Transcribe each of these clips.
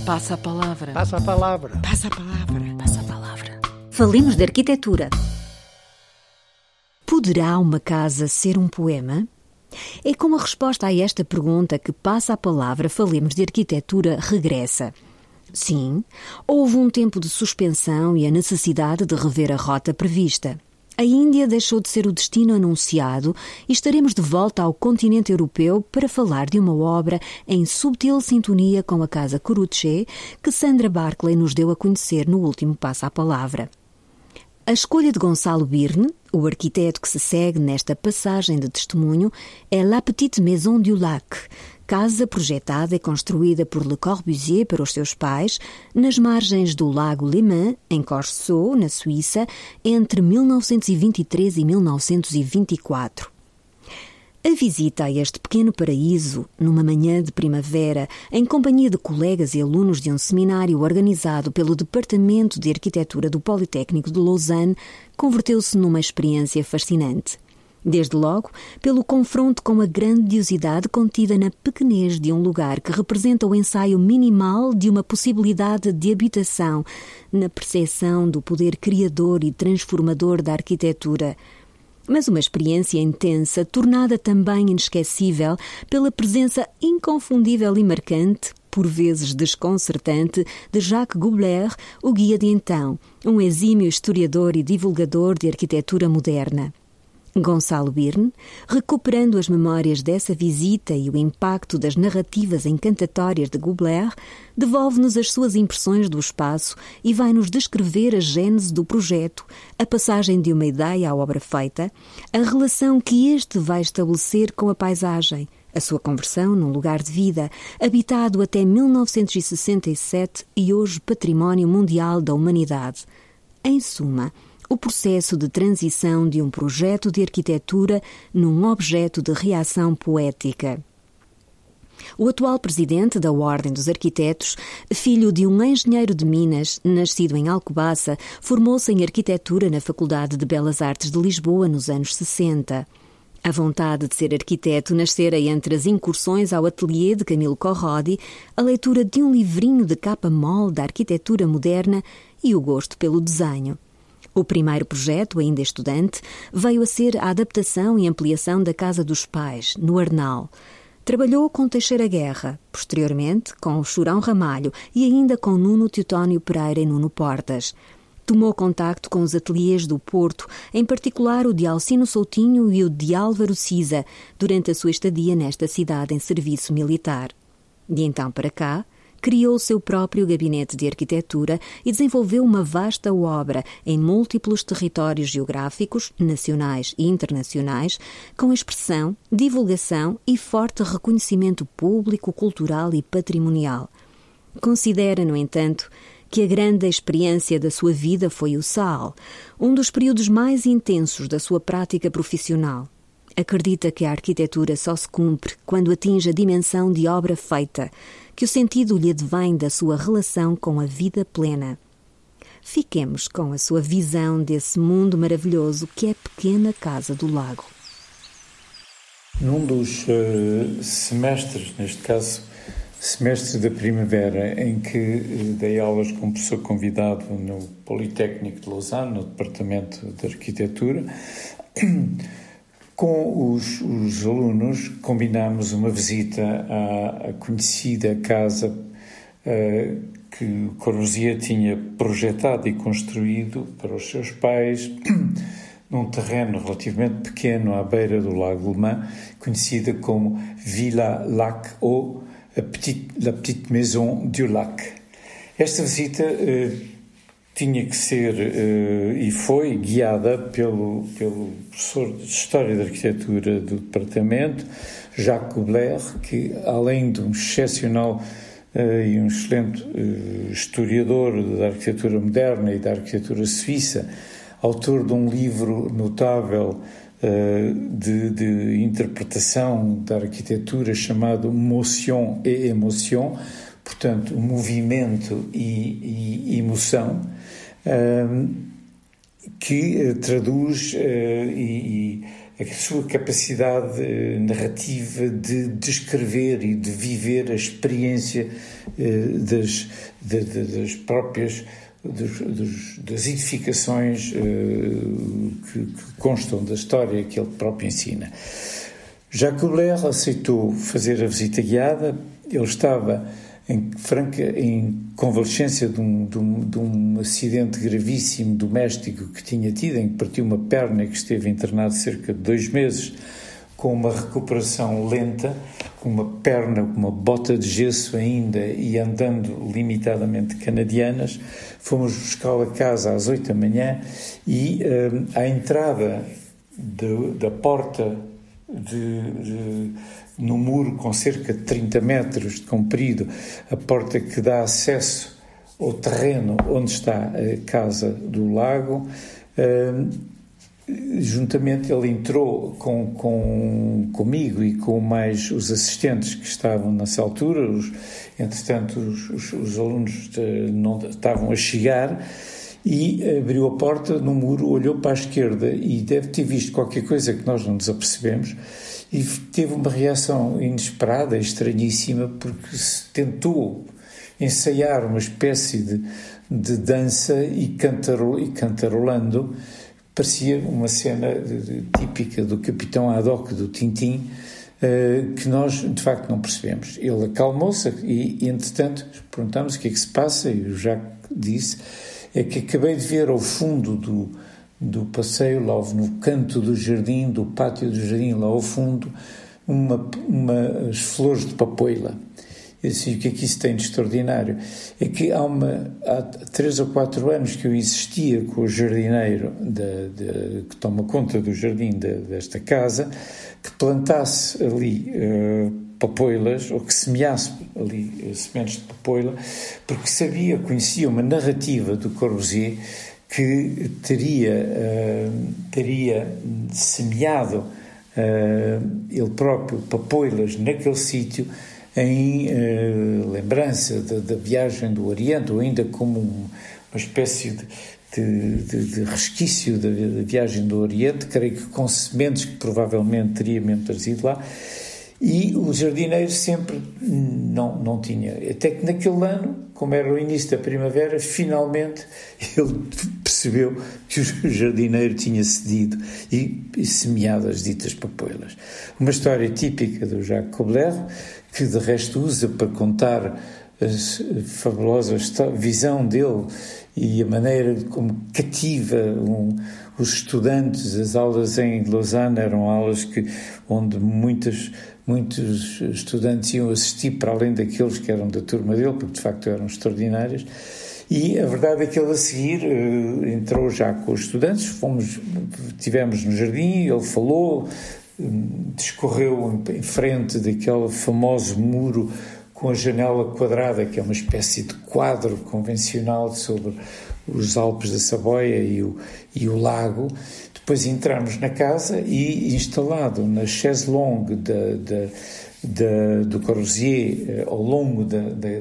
Passa a palavra. Passa a palavra. Passa a palavra. Passa a palavra. Falemos de arquitetura. Poderá uma casa ser um poema? É como a resposta a esta pergunta que Passa a Palavra Falemos de Arquitetura regressa. Sim, houve um tempo de suspensão e a necessidade de rever a rota prevista. A Índia deixou de ser o destino anunciado e estaremos de volta ao continente europeu para falar de uma obra em subtil sintonia com a Casa Corbusier que Sandra Barclay nos deu a conhecer no último Passa a Palavra. A escolha de Gonçalo Byrne, o arquiteto que se segue nesta passagem de testemunho, é La Petite Maison du Lac, casa projetada e construída por Le Corbusier para os seus pais, nas margens do lago Léman, em Corso, na Suíça, entre 1923 e 1924. A visita a este pequeno paraíso, numa manhã de primavera, em companhia de colegas e alunos de um seminário organizado pelo Departamento de Arquitetura do Politécnico de Lausanne, converteu-se numa experiência fascinante. Desde logo, pelo confronto com a grandiosidade contida na pequenez de um lugar que representa o ensaio minimal de uma possibilidade de habitação, na percepção do poder criador e transformador da arquitetura. Mas uma experiência intensa, tornada também inesquecível pela presença inconfundível e marcante, por vezes desconcertante, de Jacques Goubler, o guia de então, um exímio historiador e divulgador de arquitetura moderna. Gonçalo Byrne, recuperando as memórias dessa visita e o impacto das narrativas encantatórias de Goubler, devolve-nos as suas impressões do espaço e vai-nos descrever a gênese do projeto, a passagem de uma ideia à obra feita, a relação que este vai estabelecer com a paisagem, a sua conversão num lugar de vida, habitado até 1967 e hoje património mundial da humanidade. Em suma, o processo de transição de um projeto de arquitetura num objeto de reação poética. O atual presidente da Ordem dos Arquitetos, filho de um engenheiro de Minas, nascido em Alcobaça, formou-se em arquitetura na Faculdade de Belas Artes de Lisboa nos anos 60. A vontade de ser arquiteto nascera entre as incursões ao ateliê de Camilo Corrodi, a leitura de um livrinho de capa mole da arquitetura moderna e o gosto pelo desenho. O primeiro projeto, ainda estudante, veio a ser a adaptação e ampliação da Casa dos Pais, no Arnal. Trabalhou com Teixeira Guerra, posteriormente com Chorão Ramalho e ainda com Nuno Teotónio Pereira e Nuno Portas. Tomou contacto com os ateliês do Porto, em particular o de Alcino Soutinho e o de Álvaro Siza, durante a sua estadia nesta cidade em serviço militar. De então para cá, criou o seu próprio gabinete de arquitetura e desenvolveu uma vasta obra em múltiplos territórios geográficos, nacionais e internacionais, com expressão, divulgação e forte reconhecimento público, cultural e patrimonial. Considera, no entanto, que a grande experiência da sua vida foi o SAL, um dos períodos mais intensos da sua prática profissional. Acredita que a arquitetura só se cumpre quando atinge a dimensão de obra feita, que o sentido lhe advém da sua relação com a vida plena. Fiquemos com a sua visão desse mundo maravilhoso que é a pequena Casa do Lago. Num dos semestres, neste caso, semestre da primavera, em que dei aulas como professor convidado no Politécnico de Lausanne, no Departamento de Arquitetura, com os alunos combinámos uma visita à conhecida casa que Corbusier tinha projetado e construído para os seus pais, num terreno relativamente pequeno à beira do Lago Léman, conhecida como Villa Lac ou La Petite Maison du Lac. Esta visita tinha que ser e foi guiada pelo professor de História da Arquitetura do departamento, Jacques Goubler, que além de um excepcional e um excelente historiador da arquitetura moderna e da arquitetura suíça, autor de um livro notável de interpretação da arquitetura chamado Motion et Émotion, portanto, movimento e emoção, que traduz e a sua capacidade narrativa de descrever e de viver a experiência das próprias das edificações que constam da história que ele próprio ensina. Jacques Koubler aceitou fazer a visita guiada. Ele estava em convalescência de um acidente gravíssimo doméstico que tinha tido, em que partiu uma perna e que esteve internado cerca de 2 meses, com uma recuperação lenta, com uma perna, com uma bota de gesso ainda e andando limitadamente canadianas. Fomos buscá-lo a casa às 8 da manhã e à entrada da porta no muro com cerca de 30 metros de comprido, a porta que dá acesso ao terreno onde está a casa do lago, juntamente ele entrou comigo e com mais os assistentes que estavam nessa altura. Entretanto os alunos não estavam a chegar, e abriu a porta no muro, olhou para a esquerda e deve ter visto qualquer coisa que nós não nos apercebemos, e teve uma reação inesperada, estranhíssima, porque se tentou ensaiar uma espécie de dança e cantarolando. Parecia uma cena típica do Capitão Haddock do Tintin, que nós de facto não percebemos. Ele acalmou-se e entretanto perguntamos o que é que se passa, e o Jacques disse: é que acabei de ver ao fundo do passeio, lá no canto do jardim, do pátio do jardim, lá ao fundo, umas flores de papoila. Eu disse: o que é que isso tem de extraordinário? É que há 3 ou 4 anos que eu existia com o jardineiro que toma conta do jardim desta casa, que plantasse ali papoilas, ou que semeasse ali sementes de papoila, porque conhecia uma narrativa do Corbusier que teria semeado ele próprio papoilas naquele sítio, em lembrança da viagem do Oriente, ou ainda como uma espécie de resquício da viagem do Oriente, creio que com sementes que provavelmente teria mesmo trazido lá. E o jardineiro sempre não tinha. Até que naquele ano, como era o início da primavera, finalmente ele percebeu que o jardineiro tinha cedido e semeado as ditas papoilas. Uma história típica do Jacques Koubler, que de resto usa para contar a fabulosa visão dele e a maneira como cativa os estudantes. As aulas em Lausanne eram aulas onde muitos estudantes iam assistir, para além daqueles que eram da turma dele, porque de facto eram extraordinários. E a verdade é que ele a seguir entrou já com os estudantes, estivemos no jardim, ele falou, discorreu em frente daquele famoso muro com a janela quadrada, que é uma espécie de quadro convencional sobre os Alpes da Savoia e o lago. Depois entramos na casa e, instalado na chaise longue do Corbusier, ao longo da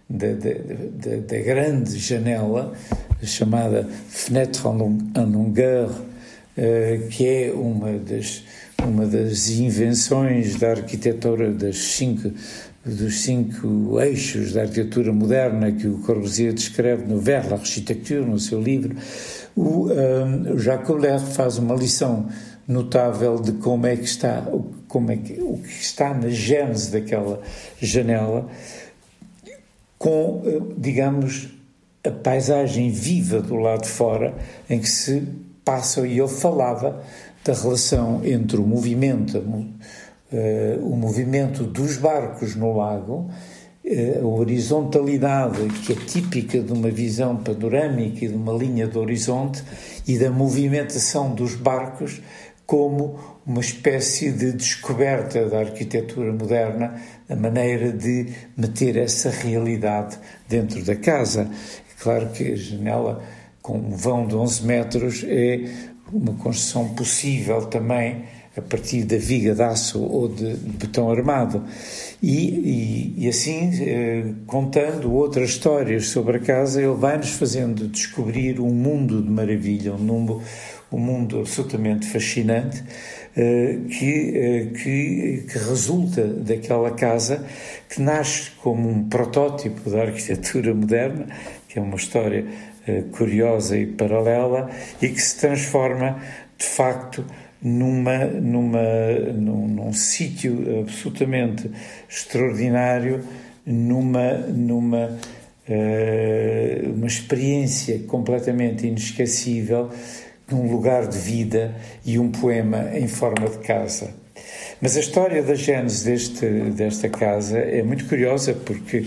grande janela, chamada Fenêtre en longueur, que é uma das invenções da arquitetura dos 5 eixos da arquitetura moderna que o Corbusier descreve no Vers l'Architecture, no seu livro. O Jacques Koubler faz uma lição notável de como é que está, o que está na gênese daquela janela, com, digamos, a paisagem viva do lado de fora, em que se passa, e ele falava da relação entre o movimento dos barcos no lago, a horizontalidade que é típica de uma visão panorâmica e de uma linha de horizonte, e da movimentação dos barcos como uma espécie de descoberta da arquitetura moderna, a maneira de meter essa realidade dentro da casa. É claro que a janela, com um vão de 11 metros, é uma construção possível também, a partir da viga de aço ou de betão armado. E assim, contando outras histórias sobre a casa, ele vai-nos fazendo descobrir um mundo de maravilha, um mundo absolutamente fascinante, que resulta daquela casa, que nasce como um protótipo da arquitetura moderna, que é uma história curiosa e paralela, e que se transforma, de facto, num sítio absolutamente extraordinário, uma experiência completamente inesquecível, num lugar de vida e um poema em forma de casa. Mas a história da gênese desta casa é muito curiosa, porque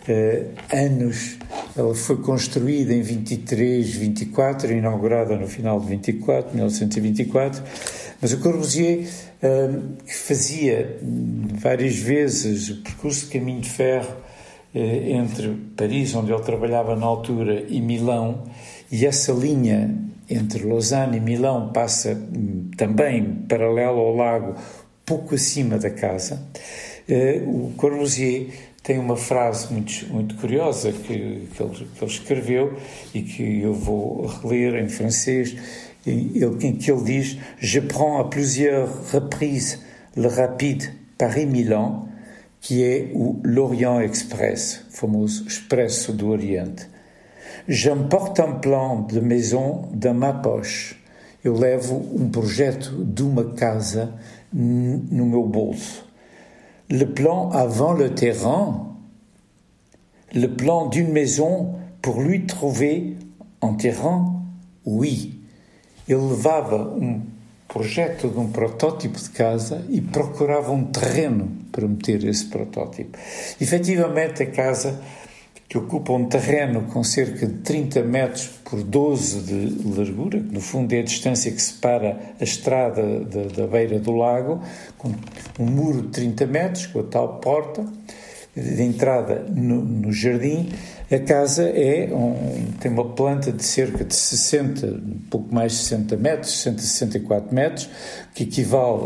ela foi construída em 23, 24, inaugurada no final de 1924, mas o Corbusier, que fazia várias vezes o percurso de caminho de ferro entre Paris, onde ele trabalhava na altura, e Milão, e essa linha entre Lausanne e Milão passa também paralelo ao lago, pouco acima da casa. O Corbusier tem uma frase muito curiosa que ele escreveu e que eu vou reler em francês, em que ele diz: Je prends à plusieurs reprises le rapide Paris-Milan, que é o Lorient Express, o famoso Expresso do Oriente. J'emporte un plan de maison dans ma poche. Eu levo um projeto de uma casa no meu bolso. Le plan avant le terrain, le plan d'une maison pour lui trouver un terrain, oui. Ele levava um projeto de um protótipo de casa e procurava um terreno para meter esse protótipo. Efetivamente, a casa, que ocupa um terreno com cerca de 30 metros por 12 de largura, que no fundo é a distância que separa a estrada da beira do lago, com um muro de 30 metros, com a tal porta de entrada no jardim. A casa tem uma planta de cerca de 60, um pouco mais de 60 metros, 64 metros, que equivale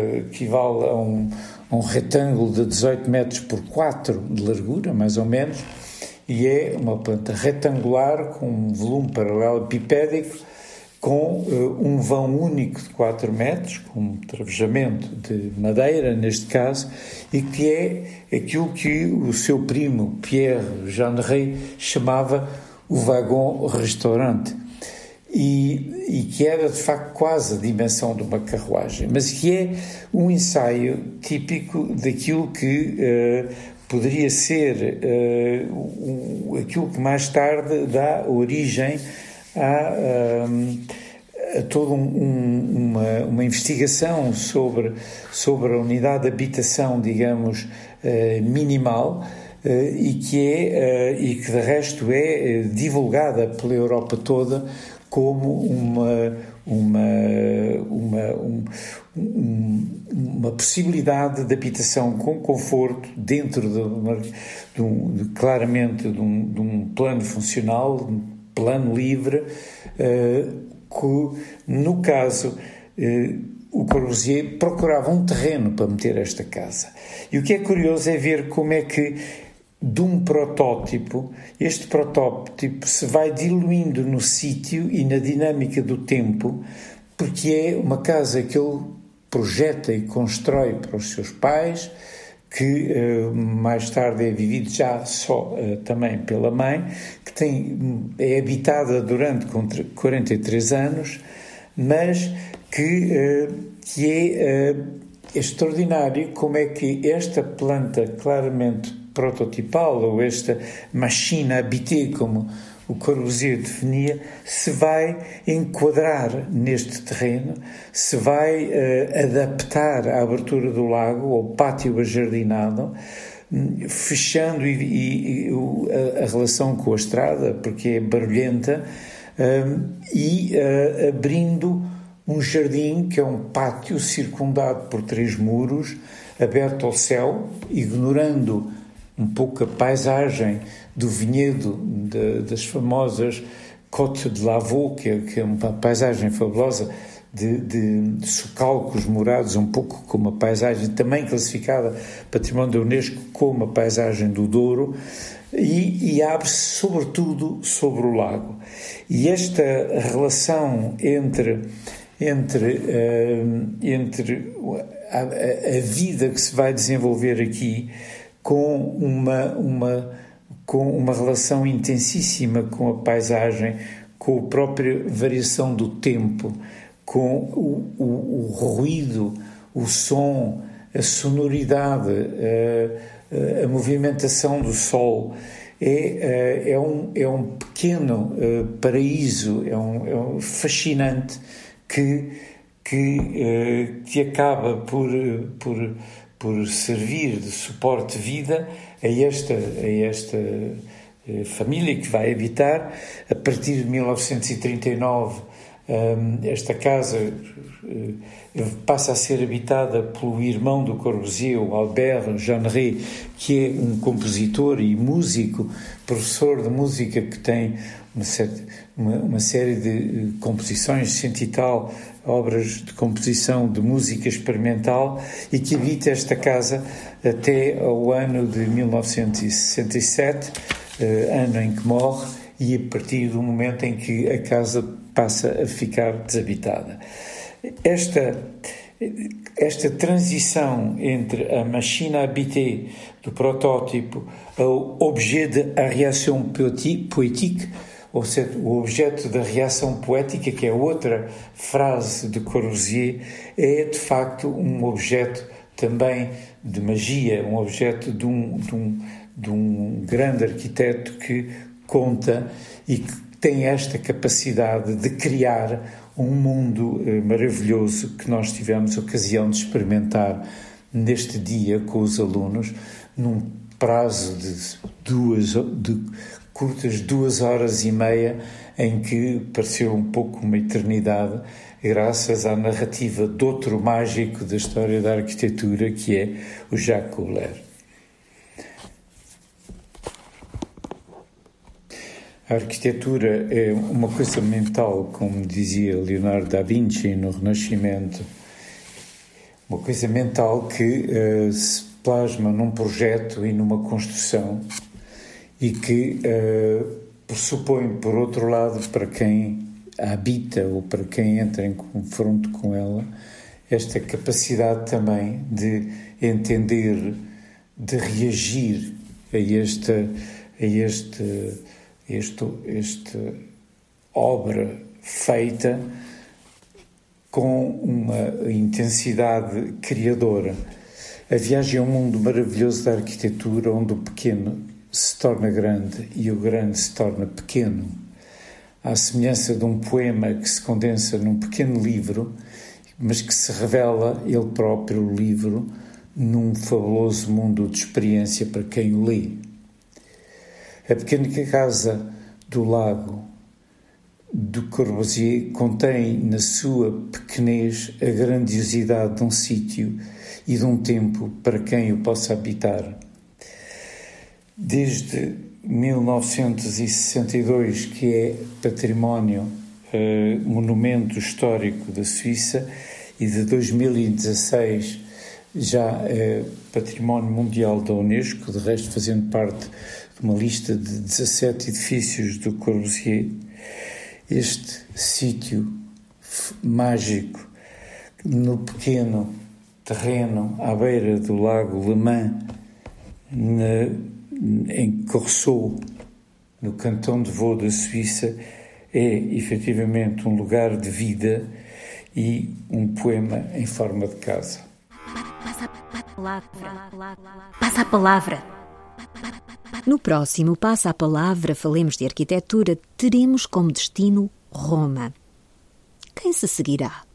a um retângulo de 18 metros por 4 de largura, mais ou menos, e é uma planta retangular com um volume paralelepipédico, com um vão único de 4 metros, com um travejamento de madeira, neste caso, e que é aquilo que o seu primo Pierre Jeanneret chamava o wagon-restaurante, e que era, de facto, quase a dimensão de uma carruagem, mas que é um ensaio típico daquilo que poderia ser aquilo que mais tarde dá origem a toda uma investigação sobre a unidade de habitação, digamos, minimal, e que de resto é divulgada pela Europa toda como uma possibilidade de habitação com conforto dentro claramente de um plano funcional, um plano livre, que no caso o Corbusier procurava um terreno para meter esta casa. E o que é curioso é ver como é que de um protótipo, este protótipo se vai diluindo no sítio e na dinâmica do tempo, porque é uma casa que ele projeta e constrói para os seus pais, que mais tarde é vivido já só também pela mãe, que é habitada durante 43 anos, mas que é extraordinário como é que esta planta claramente prototipal, ou esta machine habitée, como o Corbusier definia, se vai enquadrar neste terreno, se vai adaptar à abertura do lago, ao pátio ajardinado, fechando a relação com a estrada, porque é barulhenta, e abrindo um jardim que é um pátio circundado por 3 muros, aberto ao céu, ignorando um pouco a paisagem do vinhedo das famosas Côtes de Lavaux, que é uma paisagem fabulosa, de socalcos morados, um pouco como a paisagem também classificada Património da Unesco, como a paisagem do Douro, e abre-se sobretudo sobre o lago. E esta relação entre a vida que se vai desenvolver aqui com uma relação intensíssima com a paisagem, com a própria variação do tempo, com o ruído, o som, a sonoridade, a movimentação do sol, é um pequeno paraíso, é um fascinante que acaba por servir de suporte de vida a esta família que vai habitar. A partir de 1939, esta casa passa a ser habitada pelo irmão do Corbusier, o Albert Jeanneret, que é um compositor e músico, professor de música, que tem uma série de composições, 100 e tal obras de composição de música experimental, e que habita esta casa até ao ano de 1967, ano em que morre, e a partir do momento em que a casa passa a ficar desabitada. Esta transição entre a machine habitée do protótipo ao objet de reação poétique, ou seja, o objeto da reação poética, que é outra frase de Corbusier, é de facto um objeto também de magia, um objeto de um grande arquiteto que conta e que tem esta capacidade de criar um mundo maravilhoso que nós tivemos ocasião de experimentar neste dia com os alunos, num prazo de curtas 2 horas e meia, em que pareceu um pouco uma eternidade, graças à narrativa de outro mágico da história da arquitetura, que é o Jacques Koller. A arquitetura é uma coisa mental, como dizia Leonardo da Vinci no Renascimento, uma coisa mental que se plasma num projeto e numa construção, e que pressupõe, por outro lado, para quem a habita ou para quem entra em confronto com ela, esta capacidade também de entender, de reagir a esta obra feita com uma intensidade criadora. A viagem é um mundo maravilhoso da arquitetura, onde o pequeno se torna grande e o grande se torna pequeno. À semelhança de um poema que se condensa num pequeno livro, mas que se revela ele próprio, o livro, num fabuloso mundo de experiência para quem o lê. A pequena casa do lago do Corbusier contém na sua pequenez a grandiosidade de um sítio e de um tempo para quem o possa habitar. Desde 1962, que é património, monumento histórico da Suíça, e de 2016 já é património mundial da Unesco, de resto fazendo parte de uma lista de 17 edifícios do Corbusier. Este sítio mágico, no pequeno terreno à beira do lago Le Mans, em Corso, no cantão de Vaud da Suíça, é efetivamente um lugar de vida e um poema em forma de casa. Passa a palavra. No próximo Passa a Palavra, Falemos de Arquitetura, teremos como destino Roma. Quem se seguirá?